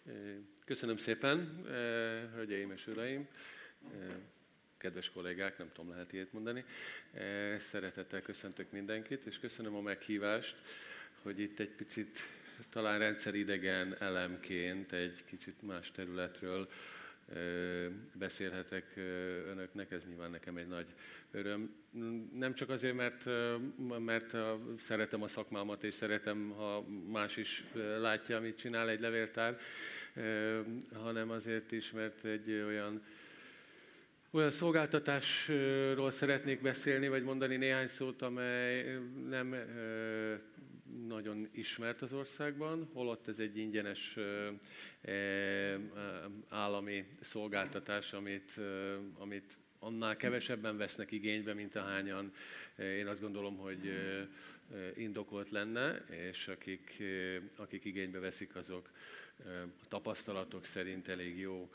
Köszönöm szépen, hölgyeim és uraim, kedves kollégák, nem tudom, lehet ilyet mondani. Szeretettel köszöntök mindenkit, és köszönöm a meghívást, hogy itt egy picit talán rendszeridegen elemként egy kicsit más területről beszélhetek önöknek, ez nyilván nekem egy nagy öröm. Nem csak azért, mert szeretem a szakmámat, és szeretem, ha más is látja, amit csinál egy levéltár, hanem azért is, mert egy olyan szolgáltatásról szeretnék beszélni, vagy mondani néhány szót, amely nem nagyon ismert az országban, holott ez egy ingyenes állami szolgáltatás, amit annál kevesebben vesznek igénybe, mint ahányan én azt gondolom, hogy indokolt lenne, és akik igénybe veszik, azok a tapasztalatok szerint elég jó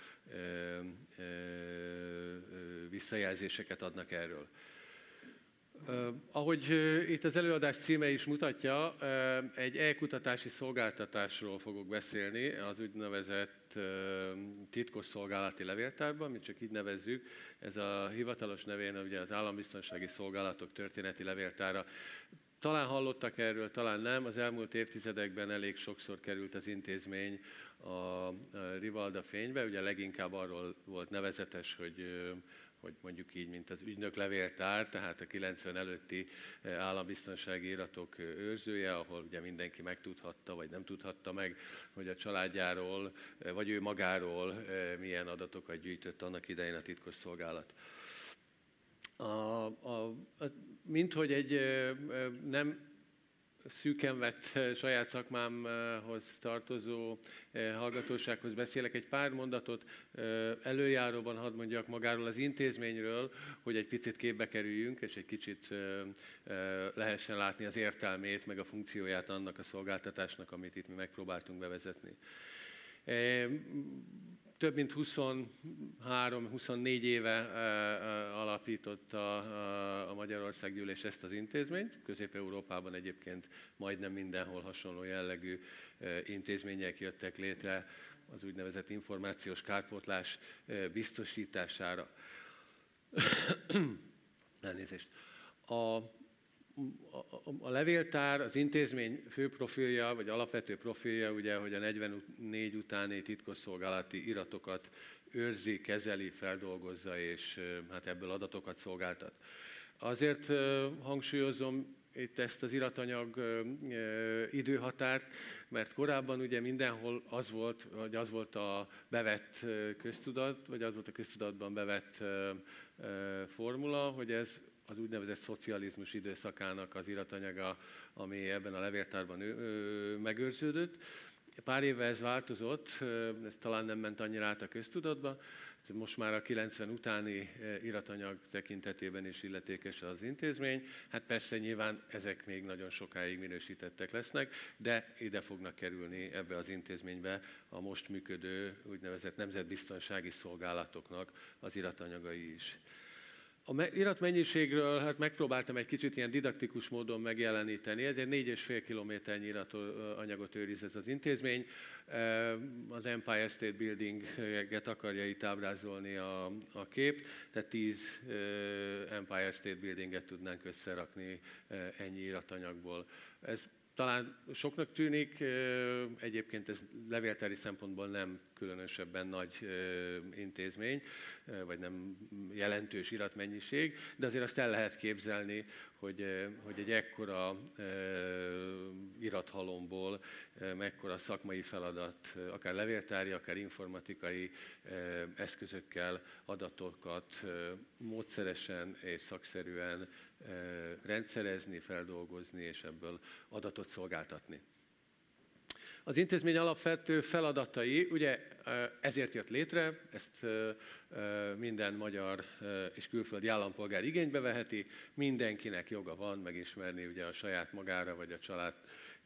visszajelzéseket adnak erről. Ahogy itt az előadás címe is mutatja, egy e-kutatási szolgáltatásról fogok beszélni, az úgynevezett titkosszolgálati levéltárban, mi csak így nevezzük. Ez a hivatalos nevén ugye az Állambiztonsági Szolgálatok Történeti Levéltára. Talán hallottak erről, talán nem. Az elmúlt évtizedekben elég sokszor került az intézmény a rivalda fénybe. Ugye leginkább arról volt nevezetes, hogy mondjuk így, mint az ügynöklevéltár, tehát a 90 előtti állambiztonsági iratok őrzője, ahol ugye mindenki megtudhatta, vagy nem tudhatta meg, hogy a családjáról, vagy ő magáról milyen adatokat gyűjtött annak idején a titkosszolgálat. Minthogy egy nem szűken vett saját szakmámhoz tartozó hallgatósághoz beszélek, egy pár mondatot előjáróban hadd mondjak magáról az intézményről, hogy egy picit képbe kerüljünk, és egy kicsit lehessen látni az értelmét, meg a funkcióját annak a szolgáltatásnak, amit itt mi megpróbáltunk bevezetni. Több mint 23-24 éve alapította a Magyarországgyűlés ezt az intézményt. Közép-Európában egyébként majdnem mindenhol hasonló jellegű intézmények jöttek létre az úgynevezett információs kárpótlás biztosítására. Elnézést. A levéltár, az intézmény fő profilja, vagy alapvető profilja, ugye, hogy a 44 utáni titkosszolgálati iratokat őrzi, kezeli, feldolgozza, és hát ebből adatokat szolgáltat. Azért hangsúlyozom itt ezt az iratanyag időhatárt, mert korábban ugye mindenhol az volt a bevett köztudat, vagy az volt a köztudatban bevett formula, hogy ez az úgynevezett szocializmus időszakának az iratanyaga, ami ebben a levéltárban megőrződött. Pár éve ez változott, ez talán nem ment annyira át a köztudatba, most már a 90 utáni iratanyag tekintetében is illetékes az intézmény. Hát persze nyilván ezek még nagyon sokáig minősítettek lesznek, de ide fognak kerülni ebbe az intézménybe a most működő úgynevezett nemzetbiztonsági szolgálatoknak az iratanyagai is. A iratmennyiségről hát megpróbáltam egy kicsit ilyen didaktikus módon megjeleníteni. Ez egy 4,5 kilométernyi iratanyagot őriz ez az intézmény. Az Empire State Building-et akarja itt ábrázolni a kép, tehát 10 Empire State Building-et tudnánk összerakni ennyi iratanyagból. Ez talán soknak tűnik, egyébként ez levéltári szempontból nem különösebben nagy intézmény, vagy nem jelentős iratmennyiség, de azért azt el lehet képzelni, hogy egy ekkora irathalomból mekkora szakmai feladat, akár levéltári, akár informatikai eszközökkel adatokat módszeresen és szakszerűen rendszerezni, feldolgozni, és ebből adatot szolgáltatni. Az intézmény alapvető feladatai, ugye ezért jött létre, ezt minden magyar és külföldi állampolgár igénybe veheti, mindenkinek joga van megismerni ugye a saját magára vagy a család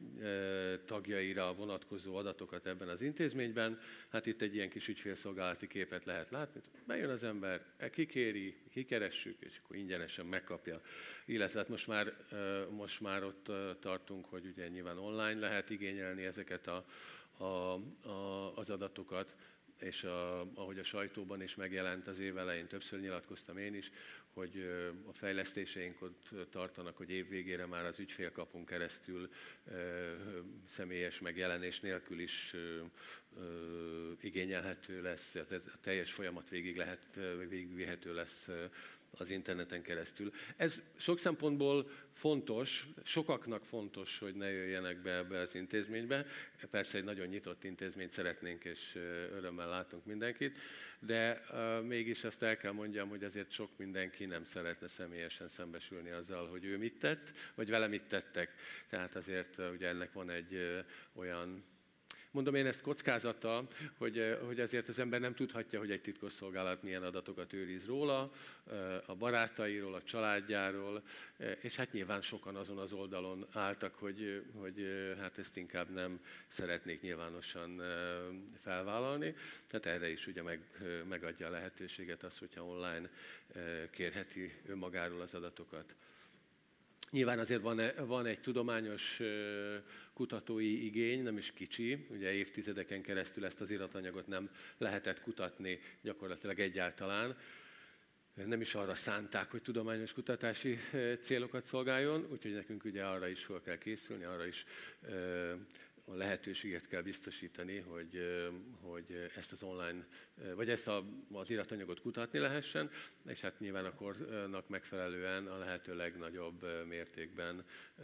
tagjaira vonatkozó adatokat ebben az intézményben. Hát itt egy ilyen kis ügyfélszolgálati képet lehet látni. Bejön az ember, kikéri, kikeressük, és akkor ingyenesen megkapja. Illetve hát most már ott tartunk, hogy ugye nyilván online lehet igényelni ezeket az az adatokat, és ahogy a sajtóban is megjelent az év elején, többször nyilatkoztam én is, hogy a fejlesztéseink ott tartanak, hogy év végére már az ügyfélkapun keresztül személyes megjelenés nélkül is igényelhető lesz, a teljes folyamat végigvihető lesz az interneten keresztül. Ez sok szempontból fontos, sokaknak fontos, hogy ne jöjjenek be ebbe az intézménybe. Persze egy nagyon nyitott intézményt szeretnénk, és örömmel látunk mindenkit, de mégis azt el kell mondjam, hogy azért sok mindenki nem szeretne személyesen szembesülni azzal, hogy ő mit tett, vagy vele mit tettek. Tehát azért ugye ennek van egy olyan, mondom én ezt kockázata, hogy azért az ember nem tudhatja, hogy egy titkosszolgálat milyen adatokat őriz róla, a barátairól, a családjáról, és hát nyilván sokan azon az oldalon álltak, hogy hát ezt inkább nem szeretnék nyilvánosan felvállalni. Tehát erre is ugye megadja a lehetőséget az, hogyha online kérheti önmagáról az adatokat. Nyilván azért van egy tudományos kutatói igény, nem is kicsi, ugye évtizedeken keresztül ezt az iratanyagot nem lehetett kutatni gyakorlatilag egyáltalán. Nem is arra szánták, hogy tudományos kutatási célokat szolgáljon, úgyhogy nekünk ugye arra is fel kell készülni, arra is a lehetőséget kell biztosítani, hogy ezt az online, vagy ezt az iratanyagot kutatni lehessen, és hát nyilván a kornak megfelelően a lehető legnagyobb mértékben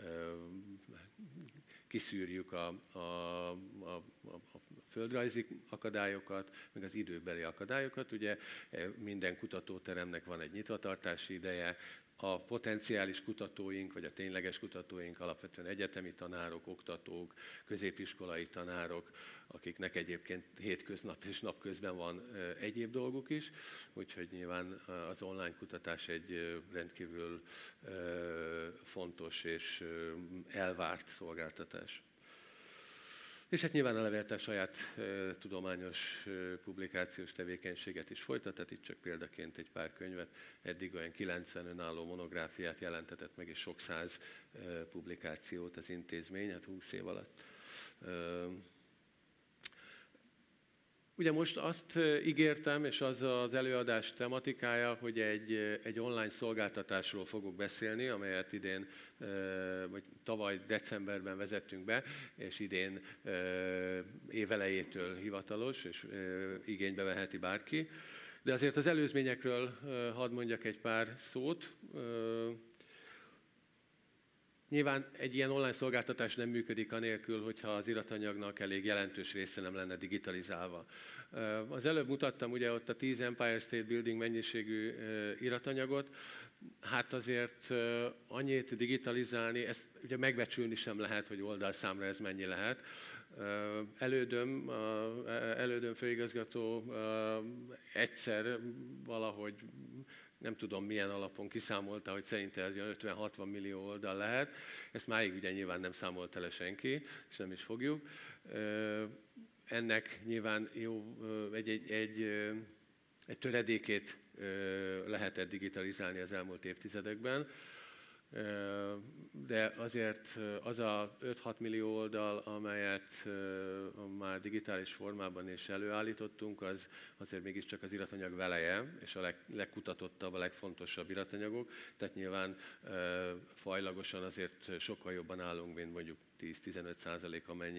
kiszűrjük a földrajzi akadályokat, meg az időbeli akadályokat. Ugye minden kutatóteremnek van egy nyitvatartási ideje, a potenciális kutatóink, vagy a tényleges kutatóink alapvetően egyetemi tanárok, oktatók, középiskolai tanárok, akiknek egyébként hétköznap és napközben van egyéb dolguk is, úgyhogy nyilván az online kutatás egy rendkívül fontos és elvárt szolgáltatás. És hát nyilván a levéltár saját tudományos publikációs tevékenységet is folytat, tehát itt csak példaként egy pár könyvet, eddig olyan 90 önálló monográfiát jelentetett meg, és sok száz publikációt az intézmény, hát 20 év alatt. Ugye most azt ígértem, és az az előadás tematikája, hogy egy online szolgáltatásról fogok beszélni, amelyet idén, vagy tavaly decemberben vezettünk be, és idén évelejétől hivatalos, és igénybe veheti bárki. De azért az előzményekről hadd mondjak egy pár szót. Nyilván egy ilyen online szolgáltatás nem működik anélkül, hogyha az iratanyagnak elég jelentős része nem lenne digitalizálva. Az előbb mutattam ugye ott a 10 Empire State Building mennyiségű iratanyagot, hát azért annyit digitalizálni, ezt ugye megbecsülni sem lehet, hogy oldalszámra ez mennyi lehet. Elődöm főigazgató egyszer valahogy nem tudom milyen alapon kiszámolta, hogy szerinte ez 50-60 millió oldal lehet. Ezt máig ugye nyilván nem számolta le senki, és nem is fogjuk. Ennek nyilván jó, egy töredékét lehetett digitalizálni az elmúlt évtizedekben, de azért az a 5-6 millió oldal, amelyet már digitális formában is előállítottunk, az azért mégiscsak az iratanyag veleje, és a legkutatottabb, a legfontosabb iratanyagok, tehát nyilván fajlagosan azért sokkal jobban állunk, mint mondjuk 10-15%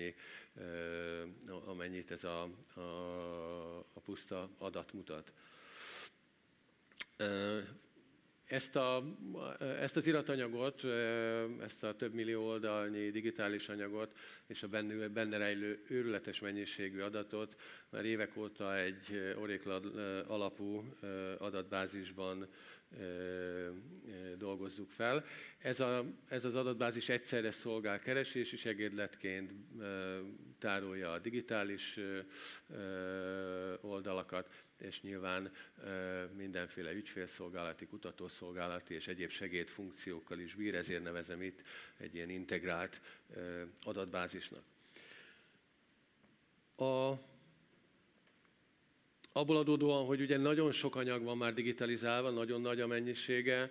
amennyit ez a puszta adat mutat. Ezt az iratanyagot, ezt a több millió oldalnyi digitális anyagot és a benne rejlő őrületes mennyiségű adatot már évek óta egy Oracle alapú adatbázisban dolgozzuk fel. Ez az adatbázis egyszerre szolgál keresési segédletként, tárolja a digitális oldalakat, és nyilván mindenféle ügyfélszolgálati, kutatószolgálati és egyéb segédfunkciókkal is bír, ezért nevezem itt egy ilyen integrált adatbázisnak. Abból adódóan, hogy ugye nagyon sok anyag van már digitalizálva, nagyon nagy a mennyisége,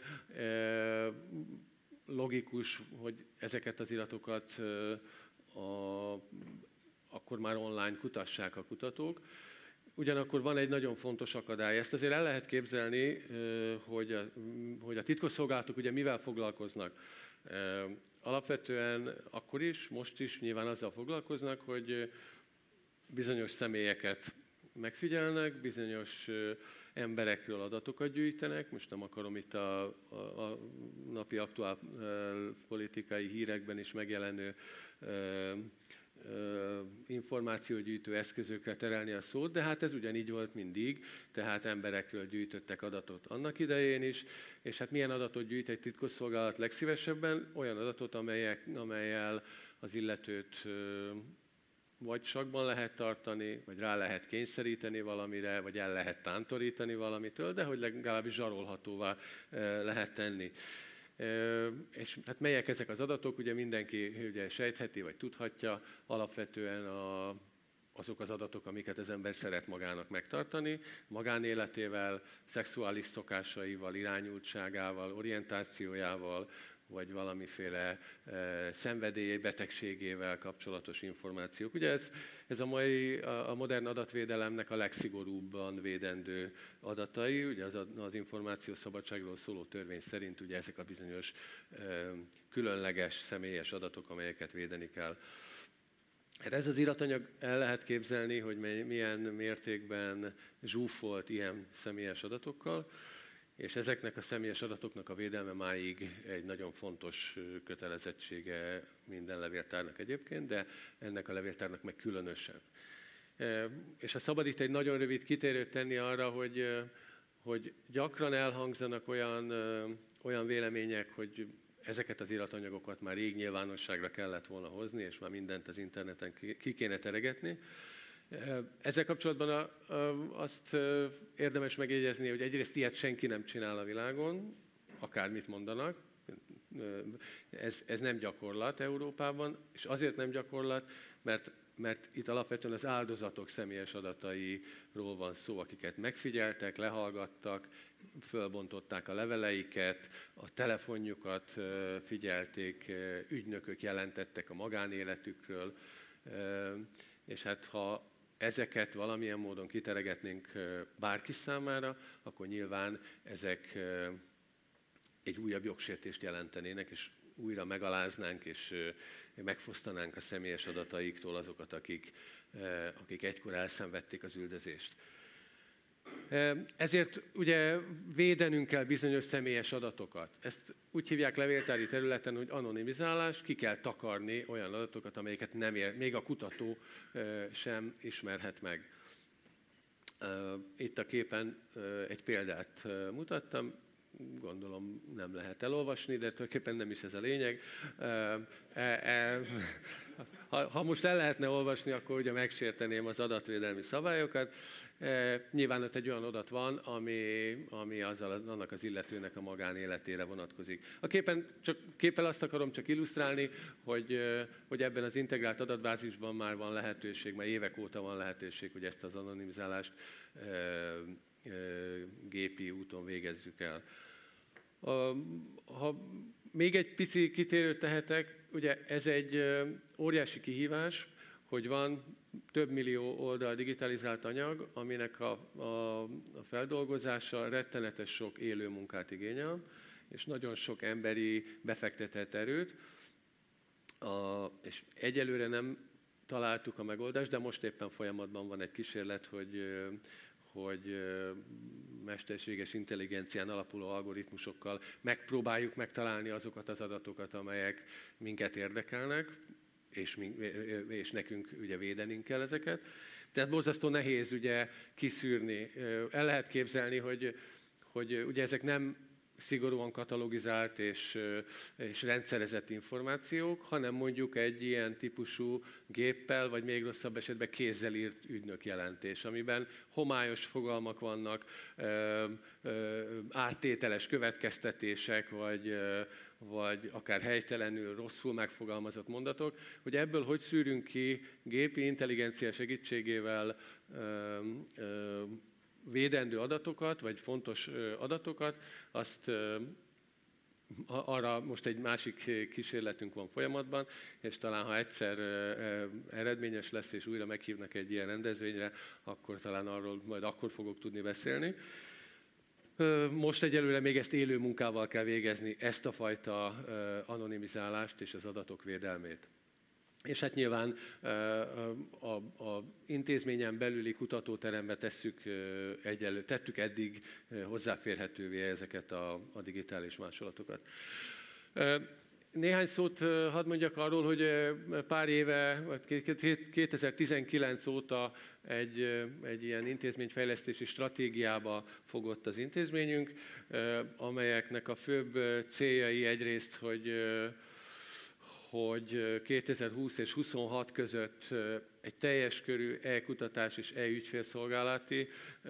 logikus, hogy ezeket az iratokat akkor már online kutassák a kutatók. Ugyanakkor van egy nagyon fontos akadály. Ezt azért el lehet képzelni, hogy a titkosszolgálatok ugye mivel foglalkoznak. Alapvetően akkor is, most is nyilván azzal foglalkoznak, hogy bizonyos személyeket megfigyelnek, bizonyos emberekről adatokat gyűjtenek. Most nem akarom itt a napi aktuál politikai hírekben is megjelenő információgyűjtő eszközökre terelni a szót, de hát ez ugyanígy volt mindig, tehát emberekről gyűjtöttek adatot annak idején is, és hát milyen adatot gyűjt egy titkosszolgálat legszívesebben? Olyan adatot, amellyel az illetőt vagy sakban lehet tartani, vagy rá lehet kényszeríteni valamire, vagy el lehet tántorítani valamitől, de hogy legalábbis zsarolhatóvá lehet tenni. És hát melyek ezek az adatok? Ugye mindenki ugye sejtheti, vagy tudhatja, alapvetően azok az adatok, amiket az ember szeret magának megtartani, magánéletével, szexuális szokásaival, irányultságával, orientációjával, vagy valamiféle szenvedély, betegségével kapcsolatos információk. Ugye ez a modern adatvédelemnek a legszigorúbban védendő adatai, ugye az információszabadságról szóló törvény szerint ugye ezek a bizonyos különleges, személyes adatok, amelyeket védeni kell. Hát ez az iratanyag el lehet képzelni, hogy milyen mértékben zsúfolt ilyen személyes adatokkal, és ezeknek a személyes adatoknak a védelme máig egy nagyon fontos kötelezettsége minden levéltárnak egyébként, de ennek a levéltárnak meg különösen. És ha szabad itt egy nagyon rövid kitérőt tenni arra, hogy gyakran elhangzanak olyan vélemények, hogy ezeket az iratanyagokat már rég nyilvánosságra kellett volna hozni, és már mindent az interneten ki kéne teregetni. Ezzel kapcsolatban azt érdemes megjegyezni, hogy egyrészt ilyet senki nem csinál a világon, akármit mondanak. Ez nem gyakorlat Európában, és azért nem gyakorlat, mert itt alapvetően az áldozatok személyes adatairól van szó, akiket megfigyeltek, lehallgattak, fölbontották a leveleiket, a telefonjukat figyelték, ügynökök jelentettek a magánéletükről, és hát ha ezeket valamilyen módon kiteregetnénk bárki számára, akkor nyilván ezek egy újabb jogsértést jelentenének, és újra megaláznánk, és megfosztanánk a személyes adataiktól azokat, akik egykor elszenvedték az üldözést. Ezért ugye védenünk kell bizonyos személyes adatokat. Ezt úgy hívják levéltári területen, hogy anonimizálás, ki kell takarni olyan adatokat, amelyeket még a kutató sem ismerhet meg. Itt a képen egy példát mutattam, gondolom nem lehet elolvasni, de tulajdonképpen nem is ez a lényeg. Ha most el lehetne olvasni, akkor ugye megsérteném az adatvédelmi szabályokat. Nyilván ott egy olyan adat van, ami annak az illetőnek a magánéletére vonatkozik. A képpel azt akarom csak illusztrálni, hogy ebben az integrált adatbázisban már van lehetőség, már évek óta van lehetőség, hogy ezt az anonimizálást gépi úton végezzük el. Ha még egy pici kitérőt tehetek, ugye ez egy óriási kihívás, hogy van több millió oldal digitalizált anyag, aminek a feldolgozása rettenetes sok élő munkát igényel, és nagyon sok emberi befektetett erőt, és egyelőre nem találtuk a megoldást, de most éppen folyamatban van egy kísérlet, hogy mesterséges intelligencián alapuló algoritmusokkal megpróbáljuk megtalálni azokat az adatokat, amelyek minket érdekelnek, és nekünk ugye védenünk kell ezeket. Tehát borzasztó nehéz ugye kiszűrni. El lehet képzelni, hogy ugye ezek nem szigorúan katalogizált és rendszerezett információk, hanem mondjuk egy ilyen típusú géppel, vagy még rosszabb esetben kézzel írt ügynökjelentés, amiben homályos fogalmak vannak, áttételes következtetések, vagy akár helytelenül, rosszul megfogalmazott mondatok, hogy ebből hogy szűrünk ki gépi intelligencia segítségével védendő adatokat, vagy fontos adatokat, azt arra most egy másik kísérletünk van folyamatban, és talán ha egyszer eredményes lesz, és újra meghívnak egy ilyen rendezvényre, akkor talán arról majd akkor fogok tudni beszélni. Most egyelőre még ezt élő munkával kell végezni, ezt a fajta anonimizálást és az adatok védelmét. És hát nyilván a intézményen belüli kutatóterembe tettük eddig hozzáférhetővé ezeket a digitális másolatokat. Néhány szót hadd mondjak arról, hogy pár éve, 2019 óta egy ilyen intézményfejlesztési stratégiába fogott az intézményünk, amelyeknek a főbb céljai egyrészt, hogy 2020 és 2026 között egy teljes körű e-kutatás és e-ügyfélszolgálati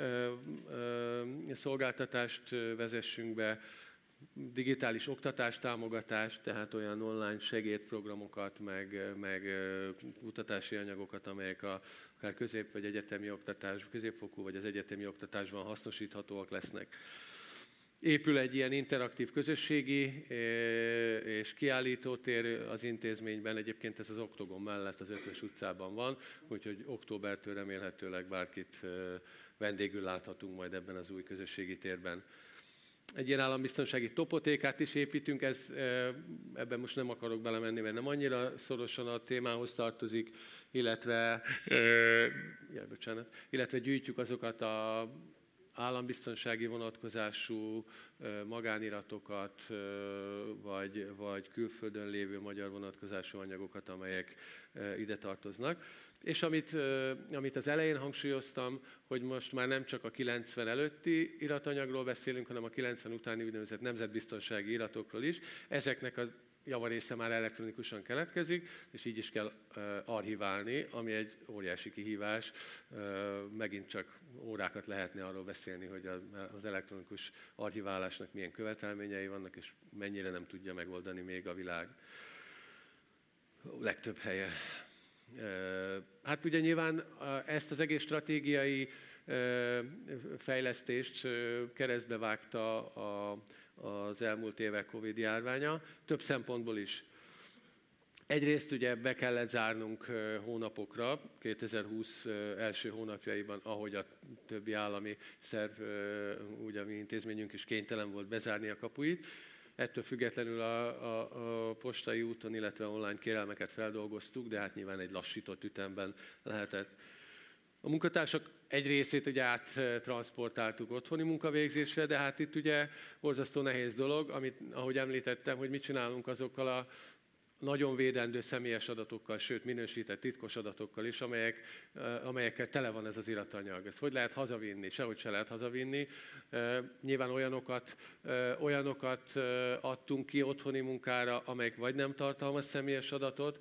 szolgáltatást vezessünk be, digitális oktatástámogatást, tehát olyan online segédprogramokat, meg kutatási anyagokat, amelyek akár közép- vagy egyetemi oktatás, középfokú vagy az egyetemi oktatásban hasznosíthatóak lesznek. Épül egy ilyen interaktív közösségi és kiállítótér az intézményben, egyébként ez az Oktogon mellett az Ötvös utcában van, úgyhogy októbertől remélhetőleg bárkit vendégül láthatunk majd ebben az új közösségi térben. Egy ilyen állambiztonsági topotékát is építünk, ebben most nem akarok belemenni, mert nem annyira szorosan a témához tartozik, illetve gyűjtjük azokat az állambiztonsági vonatkozású magániratokat, vagy külföldön lévő magyar vonatkozású anyagokat, amelyek ide tartoznak. És amit az elején hangsúlyoztam, hogy most már nem csak a 90 előtti iratanyagról beszélünk, hanem a 90 utáni úgynevezett nemzetbiztonsági iratokról is. Ezeknek a javarésze már elektronikusan keletkezik, és így is kell archiválni, ami egy óriási kihívás. Megint csak órákat lehetne arról beszélni, hogy az elektronikus archiválásnak milyen követelményei vannak, és mennyire nem tudja megoldani még a világ legtöbb helyen. Hát ugye nyilván ezt az egész stratégiai fejlesztést keresztbe vágta az elmúlt évek Covid járványa, több szempontból is. Egyrészt ugye be kellett zárnunk hónapokra, 2020 első hónapjaiban, ahogy a többi állami szerv, úgy a mi intézményünk is kénytelen volt bezárni a kapuit. Ettől függetlenül a postai úton, illetve online kérelmeket feldolgoztuk, de hát nyilván egy lassított ütemben lehetett. A munkatársak egy részét ugye áttranszportáltuk otthoni munkavégzésre, de hát itt ugye borzasztó nehéz dolog, amit, ahogy említettem, hogy mit csinálunk azokkal a nagyon védendő személyes adatokkal, sőt minősített titkos adatokkal is, amelyekkel tele van ez az iratanyag. Ezt hogy lehet hazavinni? Sehogy se lehet hazavinni. Nyilván olyanokat adtunk ki otthoni munkára, amelyek vagy nem tartalmaz személyes adatot,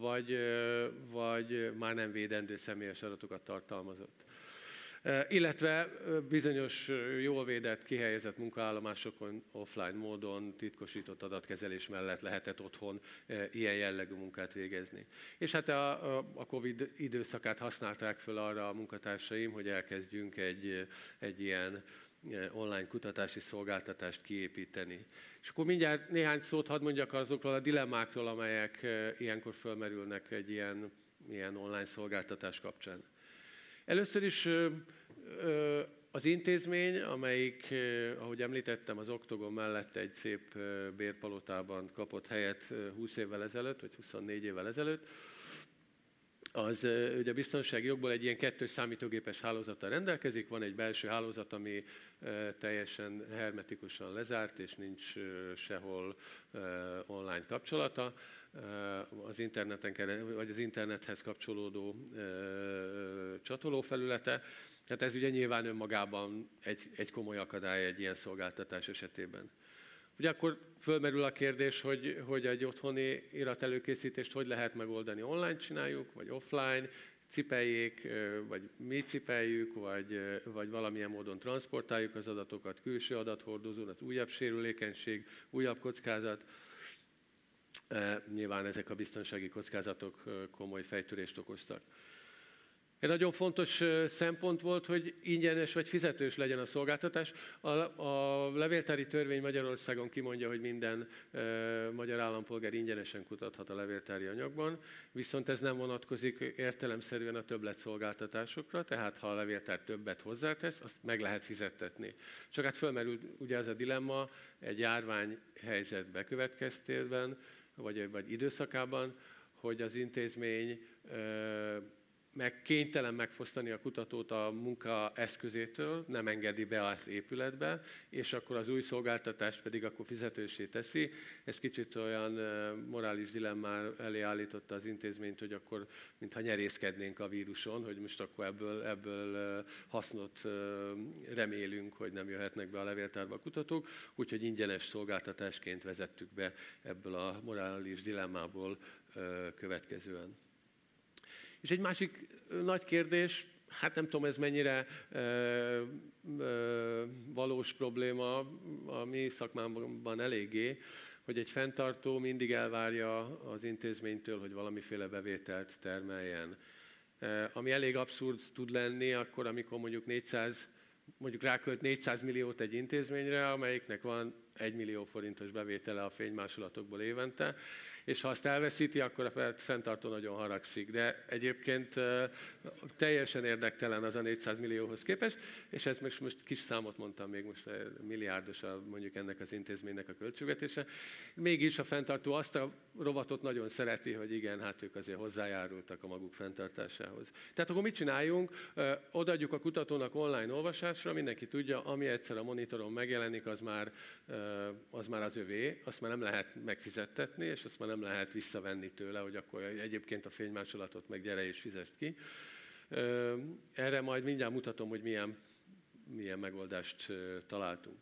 vagy már nem védendő személyes adatokat tartalmazott. Illetve bizonyos jól védett, kihelyezett munkaállomásokon offline módon titkosított adatkezelés mellett lehetett otthon ilyen jellegű munkát végezni. És hát a Covid időszakát használták föl arra a munkatársaim, hogy elkezdjünk egy ilyen online kutatási szolgáltatást kiépíteni. És akkor mindjárt néhány szót hadd mondjak azokról a dilemmákról, amelyek ilyenkor fölmerülnek egy ilyen online szolgáltatás kapcsán. Először is az intézmény, amelyik, ahogy említettem, az Oktogon mellett egy szép bérpalotában kapott helyet 20 évvel ezelőtt, vagy 24 évvel ezelőtt, az ugye biztonsági jogból egy ilyen kettős számítógépes hálózattal rendelkezik, van egy belső hálózat, ami teljesen hermetikusan lezárt, és nincs sehol online kapcsolata. Az interneten vagy az internethez kapcsolódó csatolófelülete. Hát ez ugye nyilván önmagában egy komoly akadály egy ilyen szolgáltatás esetében. Ugye akkor fölmerül a kérdés, hogy egy otthoni iratelőkészítést hogy lehet megoldani, online csináljuk, vagy offline, cipeljék, vagy mi cipeljük, vagy valamilyen módon transportáljuk az adatokat külső adathordozón, az újabb sérülékenység, újabb kockázat. Nyilván ezek a biztonsági kockázatok komoly fejtörést okoztak. Egy nagyon fontos szempont volt, hogy ingyenes vagy fizetős legyen a szolgáltatás. A levéltári törvény Magyarországon kimondja, hogy minden magyar állampolgár ingyenesen kutathat a levéltári anyagban, viszont ez nem vonatkozik értelemszerűen a többletszolgáltatásokra, tehát ha a levéltár többet hozzátesz, azt meg lehet fizettetni. Csak hát fölmerül ugye ez a dilemma egy járványhelyzet bekövetkeztében, vagy időszakában, hogy az intézmény kénytelen megfosztani a kutatót a munka eszközétől, nem engedi be az épületbe, és akkor az új szolgáltatást pedig akkor fizetőssé teszi. Ez kicsit olyan morális dilemmá elé állította az intézményt, hogy akkor mintha nyerészkednénk a víruson, hogy most akkor ebből hasznot remélünk, hogy nem jöhetnek be a levéltárba a kutatók, úgyhogy ingyenes szolgáltatásként vezettük be ebből a morális dilemmából következően. És egy másik nagy kérdés, hát nem tudom, ez mennyire valós probléma, a mi szakmámban eléggé, hogy egy fenntartó mindig elvárja az intézménytől, hogy valamiféle bevételt termeljen. Ami elég abszurd tud lenni, akkor, amikor mondjuk rákölt 400 milliót egy intézményre, amelyiknek van 1 millió forintos bevétele a fénymásolatokból évente, és ha azt elveszíti, akkor a fenntartó nagyon haragszik. De egyébként teljesen érdektelen az a 400 millióhoz képest, és ezt most kis számot mondtam, még most milliárdos mondjuk ennek az intézménynek a költségvetése. Mégis a fenntartó azt a rovatot nagyon szereti, hogy igen, hát ők azért hozzájárultak a maguk fenntartásához. Tehát akkor mit csináljunk? Odaadjuk a kutatónak online olvasásra, mindenki tudja, ami egyszer a monitoron megjelenik, az már az övé, azt már nem lehet megfizettetni, és azt már nem lehet visszavenni tőle, hogy akkor egyébként a fénymásolatot meg gyere és fizest ki. Erre majd mindjárt mutatom, hogy milyen megoldást találtunk.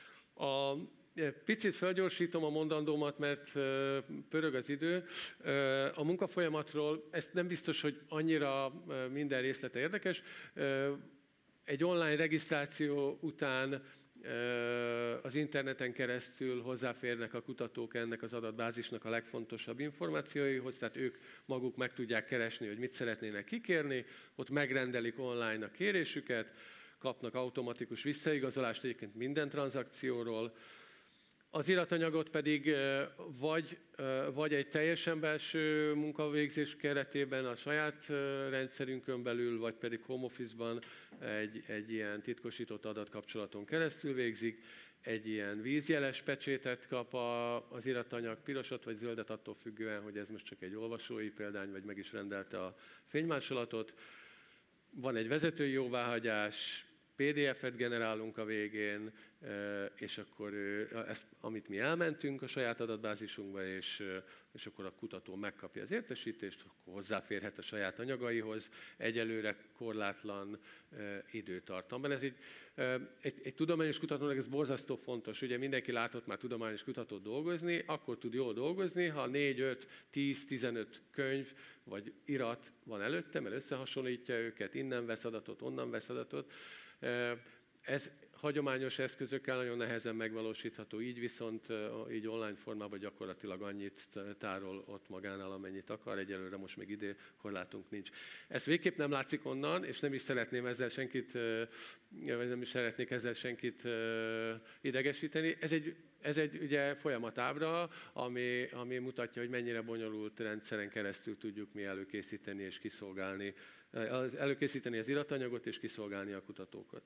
Picit felgyorsítom a mondandómat, mert pörög az idő. A munkafolyamatról, ez nem biztos, hogy annyira minden részlete érdekes. Egy online regisztráció után az interneten keresztül hozzáférnek a kutatók ennek az adatbázisnak a legfontosabb információihoz, tehát ők maguk meg tudják keresni, hogy mit szeretnének kikérni, ott megrendelik online a kérésüket, kapnak automatikus visszaigazolást egyébként minden tranzakcióról. Az iratanyagot pedig vagy egy teljesen belső munkavégzés keretében a saját rendszerünkön belül, vagy pedig home office-ban egy ilyen titkosított adatkapcsolaton keresztül végzik. Egy ilyen vízjeles pecsétet kap az iratanyag, pirosat vagy zöldet, attól függően, hogy ez most csak egy olvasói példány, vagy meg is rendelte a fénymásolatot. Van egy vezetői jóváhagyás, PDF-et generálunk a végén, és akkor ezt, amit mi elmentünk a saját adatbázisunkba, és akkor a kutató megkapja az értesítést, akkor hozzáférhet a saját anyagaihoz, egyelőre korlátlan időtartamban. Ez egy tudományos kutatónak ez borzasztó fontos. Ugye mindenki látott már tudományos kutatót dolgozni, akkor tud jól dolgozni, ha 4, 5, 10, 15 könyv vagy irat van előtte, mert összehasonlítja őket, innen vesz adatot, onnan vesz adatot. Ez hagyományos eszközökkel nagyon nehezen megvalósítható, így viszont így online formában gyakorlatilag annyit tárol ott magánál, amennyit akar, egyelőre most még időkorlátunk nincs. Ez végképp nem látszik onnan, és nem is szeretném ezzel senkit, vagy nem is szeretnék ezzel senkit idegesíteni. Ez egy ugye folyamatábra, ami mutatja, hogy mennyire bonyolult rendszeren keresztül tudjuk mi előkészíteni és kiszolgálni, előkészíteni az iratanyagot és kiszolgálni a kutatókat.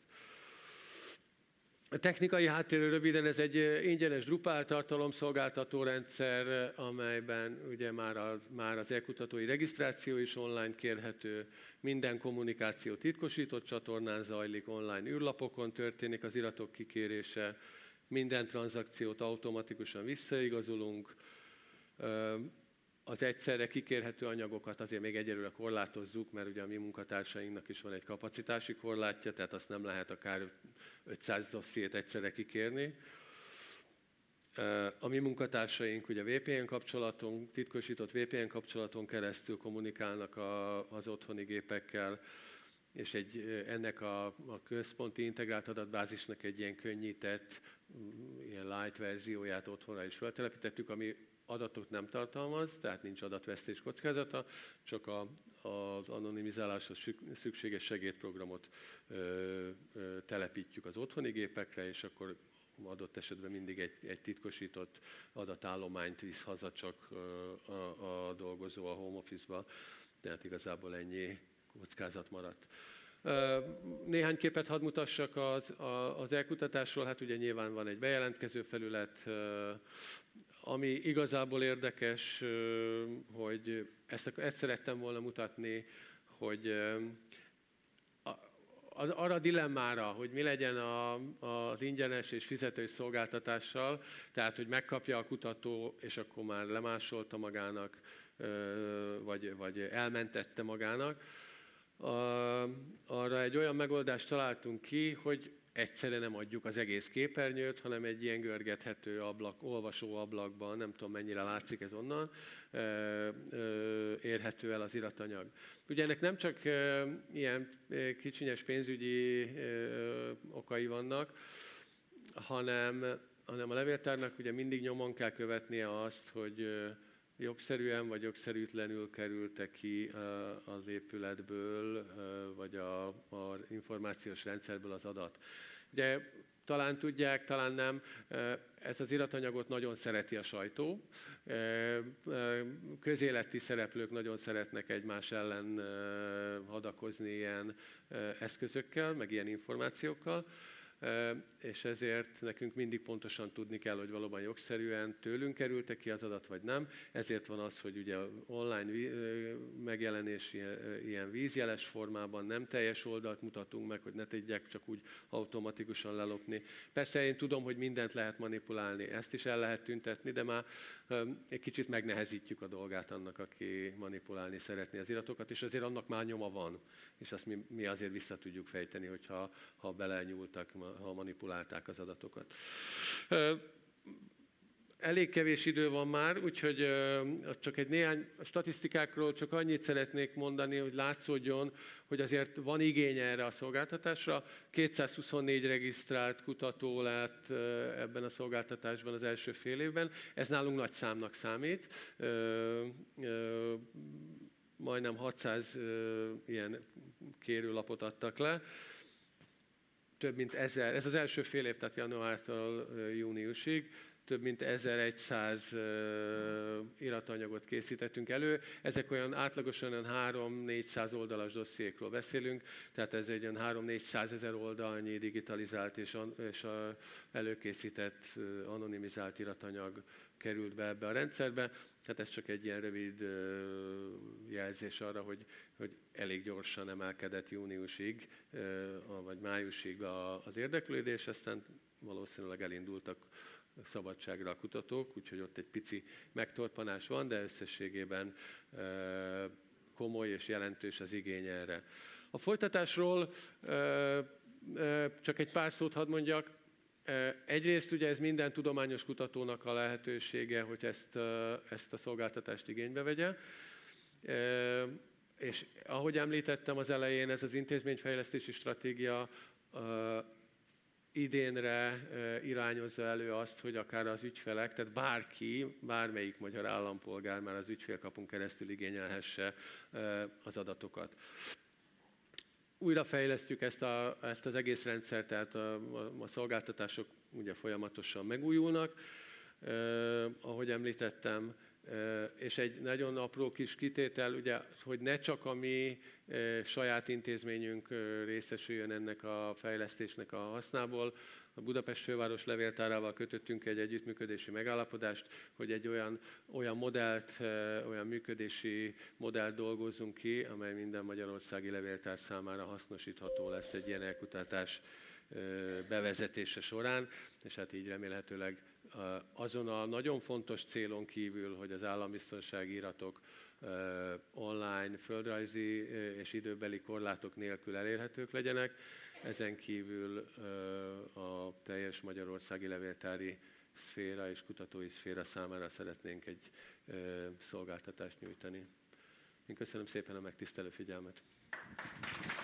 A technikai háttérről röviden, ez egy ingyenes Drupal tartalomszolgáltató rendszer, amelyben ugye már az e-kutatói regisztráció is online kérhető, minden kommunikáció titkosított csatornán zajlik, online űrlapokon történik az iratok kikérése, minden tranzakciót automatikusan visszaigazolunk, az egyszerre kikérhető anyagokat azért még egyelőre korlátozzuk, mert ugye a mi munkatársainknak is van egy kapacitási korlátja, tehát azt nem lehet akár 500 dossziét egyszerre kikérni. A mi munkatársaink ugye VPN kapcsolaton, titkosított VPN kapcsolaton keresztül kommunikálnak az otthoni gépekkel, és ennek a központi integrált adatbázisnak egy ilyen könnyített, ilyen light verzióját otthonra is feltelepítettük, ami adatot nem tartalmaz, tehát nincs adatvesztés kockázata, csak az anonimizáláshoz szükséges segédprogramot telepítjük az otthoni gépekre, és akkor adott esetben mindig egy titkosított adatállományt visz haza csak a dolgozó a home office-ba, tehát igazából ennyi kockázat maradt. Néhány képet hadd mutassak az elkutatásról. Hát ugye nyilván van egy bejelentkező felület, ami igazából érdekes, hogy ezt szerettem volna mutatni, hogy arra a dilemmára, hogy mi legyen az ingyenes és fizetős szolgáltatással, tehát hogy megkapja a kutató, és akkor már lemásolta magának, vagy elmentette magának, arra egy olyan megoldást találtunk ki, hogy egyszerre nem adjuk az egész képernyőt, hanem egy ilyen görgethető ablak, olvasó ablakban, nem tudom mennyire látszik ez onnan, érhető el az iratanyag. Ugye ennek nem csak ilyen kicsinyes pénzügyi okai vannak, hanem a levéltárnak ugye mindig nyomon kell követnie azt, hogy jogszerűen vagy jogszerűtlenül került ki az épületből, vagy az információs rendszerből az adat. Ugye talán tudják, talán nem, ezt az iratanyagot nagyon szereti a sajtó. Közéleti szereplők nagyon szeretnek egymás ellen hadakozni ilyen eszközökkel, meg ilyen információkkal. És ezért nekünk mindig pontosan tudni kell, hogy valóban jogszerűen tőlünk került ki az adat, vagy nem. Ezért van az, hogy ugye online megjelenés ilyen vízjeles formában nem teljes oldalt mutatunk meg, hogy ne tudják csak úgy automatikusan lelopni. Persze én tudom, hogy mindent lehet manipulálni, ezt is el lehet tüntetni, de már egy kicsit megnehezítjük a dolgát annak, aki manipulálni szeretné az iratokat, és azért annak már nyoma van, és azt mi azért vissza tudjuk fejteni, hogyha belenyúltak, ha manipulálták az adatokat. Elég kevés idő van már, úgyhogy csak egy néhány statisztikákról csak annyit szeretnék mondani, hogy látszódjon, hogy azért van igény erre a szolgáltatásra. 224 regisztrált kutató lett ebben a szolgáltatásban az első fél évben. Ez nálunk nagy számnak számít. Majdnem 600 ilyen kérőlapot adtak le. Több mint 1000, ez az első fél év, tehát januártól júniusig, több mint 1100 iratanyagot készítettünk elő. Ezek olyan átlagosan olyan 300-400 oldalas dossziékról beszélünk, tehát ez egy olyan 300-400 ezer oldalnyi digitalizált és előkészített, anonimizált iratanyag került be ebbe a rendszerbe. Hát ez csak egy ilyen rövid jelzés arra, hogy elég gyorsan emelkedett júniusig, vagy májusig az érdeklődés, aztán valószínűleg elindultak szabadságra a kutatók, úgyhogy ott egy pici megtorpanás van, de összességében komoly és jelentős az igény erre. A folytatásról csak egy pár szót hadd mondjak. Egyrészt ugye ez minden tudományos kutatónak a lehetősége, hogy ezt a szolgáltatást igénybe vegye. És ahogy említettem az elején, ez az intézményfejlesztési stratégia idénre irányozza elő azt, hogy akár az ügyfelek, tehát bárki, bármelyik magyar állampolgár már az ügyfélkapun keresztül igényelhesse az adatokat. Újra fejlesztjük ezt az egész rendszert, tehát a szolgáltatások ugye folyamatosan megújulnak, ahogy említettem, és egy nagyon apró kis kitétel, ugye, hogy ne csak a mi saját intézményünk részesüljön ennek a fejlesztésnek a hasznából. A Budapest főváros levéltárával kötöttünk egy együttműködési megállapodást, hogy egy olyan modellt, olyan működési modellt dolgozzunk ki, amely minden magyarországi levéltár számára hasznosítható lesz egy ilyen elkutatás bevezetése során, és hát így remélhetőleg azon a nagyon fontos célon kívül, hogy az állambiztonsági iratok online, földrajzi és időbeli korlátok nélkül elérhetők legyenek, ezen kívül a teljes magyarországi levéltári szféra és kutatói szféra számára szeretnénk egy szolgáltatást nyújtani. Én köszönöm szépen a megtisztelő figyelmet.